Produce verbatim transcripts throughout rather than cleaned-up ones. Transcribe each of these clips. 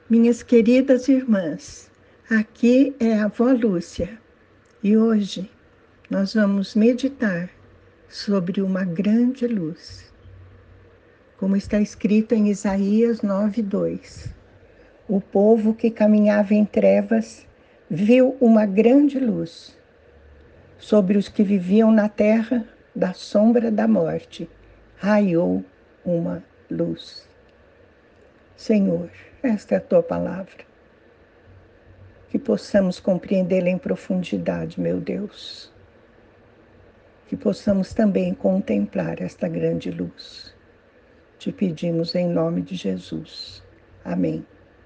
Minhas queridas irmãs, aqui é a avó Lúcia e hoje nós vamos meditar sobre uma grande luz. Como está escrito em Isaías nove, dois. O povo que caminhava em trevas viu uma grande luz. Sobre os que viviam na terra da sombra da morte, raiou uma luz. Senhor, esta é a tua palavra. Que possamos compreendê-la em profundidade, meu Deus. Que possamos também contemplar esta grande luz. Te pedimos em nome de Jesus. Amém.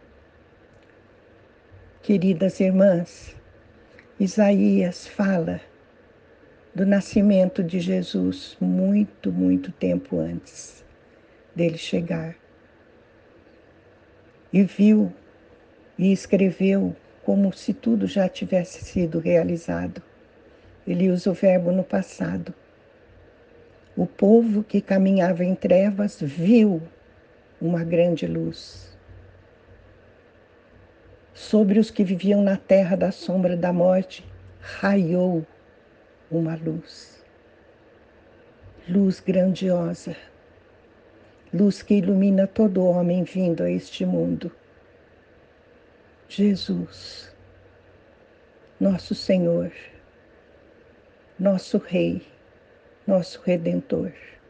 Queridas irmãs, Isaías fala do nascimento de Jesus muito, muito tempo antes dele chegar. E viu e escreveu como se tudo já tivesse sido realizado. Ele usa o verbo no passado. O povo que caminhava em trevas viu uma grande luz. Sobre os que viviam na terra da sombra da morte, raiou uma luz. Luz grandiosa. Luz que ilumina todo homem vindo a este mundo. Jesus, nosso Senhor, nosso Rei, nosso Redentor.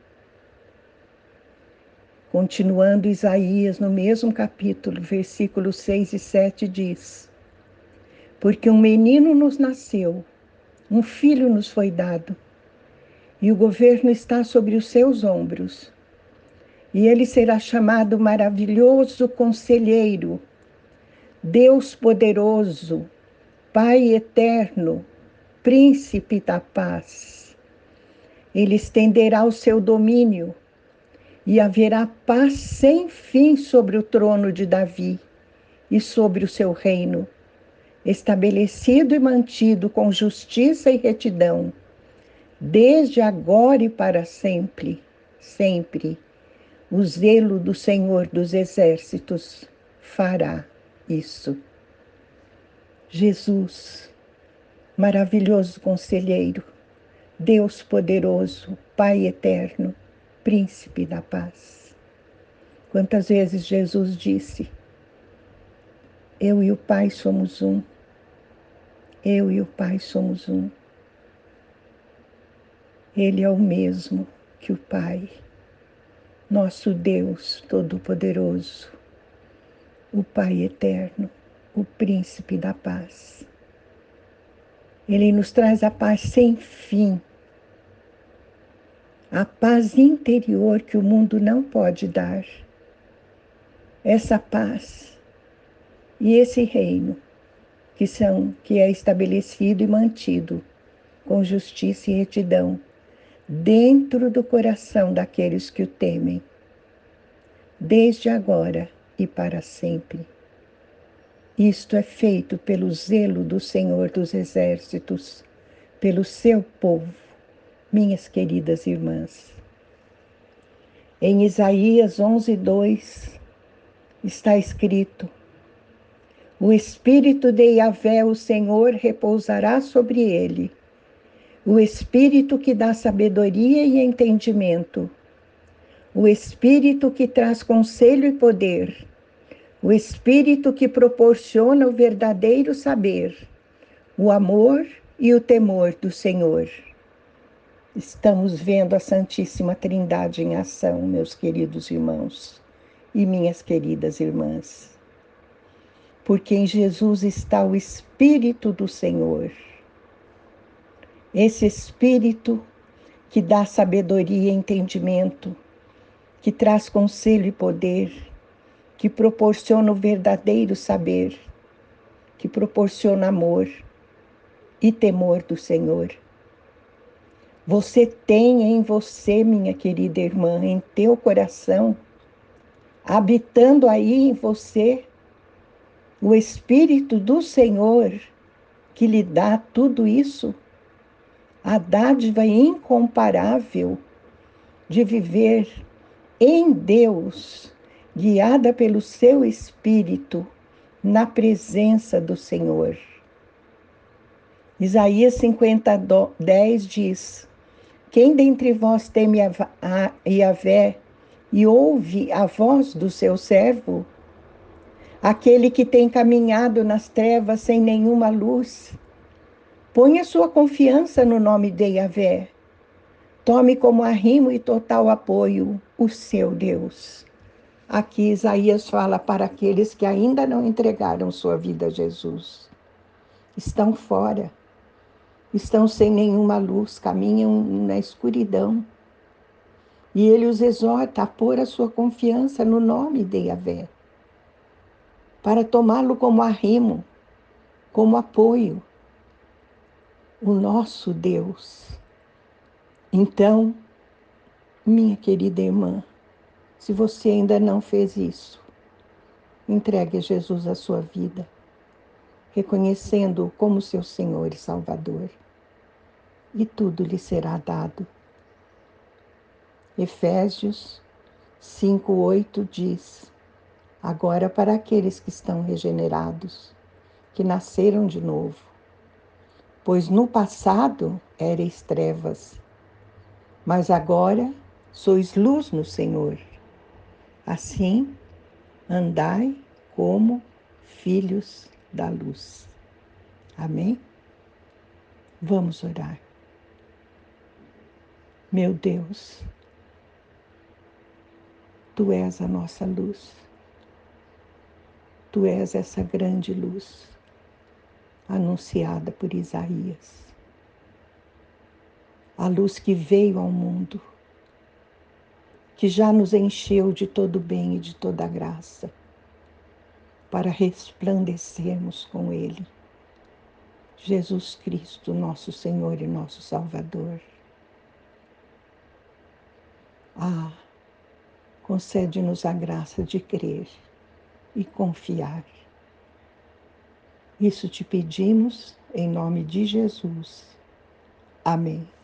Continuando Isaías, no mesmo capítulo, versículos seis e sete, diz: Porque um menino nos nasceu, um filho nos foi dado, e o governo está sobre os seus ombros. E ele será chamado Maravilhoso Conselheiro, Deus Poderoso, Pai Eterno, Príncipe da Paz. Ele estenderá o seu domínio e haverá paz sem fim sobre o trono de Davi e sobre o seu reino, estabelecido e mantido com justiça e retidão, desde agora e para sempre, sempre. O zelo do Senhor dos Exércitos fará isso. Jesus, maravilhoso conselheiro, Deus poderoso, Pai eterno, Príncipe da paz. Quantas vezes Jesus disse: Eu e o Pai somos um. Eu e o Pai somos um. Ele é o mesmo que o Pai, nosso Deus Todo-Poderoso, o Pai eterno, o Príncipe da paz. Ele nos traz a paz sem fim, a paz interior que o mundo não pode dar. Essa paz e esse reino que são, que é estabelecido e mantido com justiça e retidão dentro do coração daqueles que o temem, desde agora e para sempre. Isto é feito pelo zelo do Senhor dos Exércitos, pelo seu povo, minhas queridas irmãs. Em Isaías onze, dois, está escrito: O Espírito de Yahvé, o Senhor, repousará sobre ele, o Espírito que dá sabedoria e entendimento, o Espírito que traz conselho e poder, o Espírito que proporciona o verdadeiro saber, o amor e o temor do Senhor. Estamos vendo a Santíssima Trindade em ação, meus queridos irmãos e minhas queridas irmãs. Porque em Jesus está o Espírito do Senhor. Esse Espírito que dá sabedoria e entendimento, que traz conselho e poder, que proporciona o verdadeiro saber, que proporciona amor e temor do Senhor. Você tem em você, minha querida irmã, em teu coração, habitando aí em você, o Espírito do Senhor que lhe dá tudo isso, a dádiva incomparável de viver em Deus, guiada pelo seu Espírito, na presença do Senhor. Isaías cinquenta, dez diz: quem dentre vós teme a Yahvé e ouve a voz do seu servo? Aquele que tem caminhado nas trevas sem nenhuma luz, ponha sua confiança no nome de Yahvé. Tome como arrimo e total apoio o seu Deus. Aqui Isaías fala para aqueles que ainda não entregaram sua vida a Jesus. Estão fora, estão sem nenhuma luz, caminham na escuridão. E ele os exorta a pôr a sua confiança no nome de Yahvé, para tomá-lo como arrimo, como apoio, o nosso Deus. Então, minha querida irmã, se você ainda não fez isso, entregue a Jesus a sua vida, reconhecendo-o como seu Senhor e Salvador, e tudo lhe será dado. Efésios cinco, oito diz: agora para aqueles que estão regenerados, que nasceram de novo, pois no passado erais trevas, mas agora sois luz no Senhor. Assim, andai como filhos da luz. Amém? Vamos orar. Meu Deus, Tu és a nossa luz. Tu és essa grande luz anunciada por Isaías. A luz que veio ao mundo, que já nos encheu de todo bem e de toda graça, para resplandecermos com Ele. Jesus Cristo, nosso Senhor e nosso Salvador. Ah, concede-nos a graça de crer e confiar. Isso te pedimos em nome de Jesus. Amém.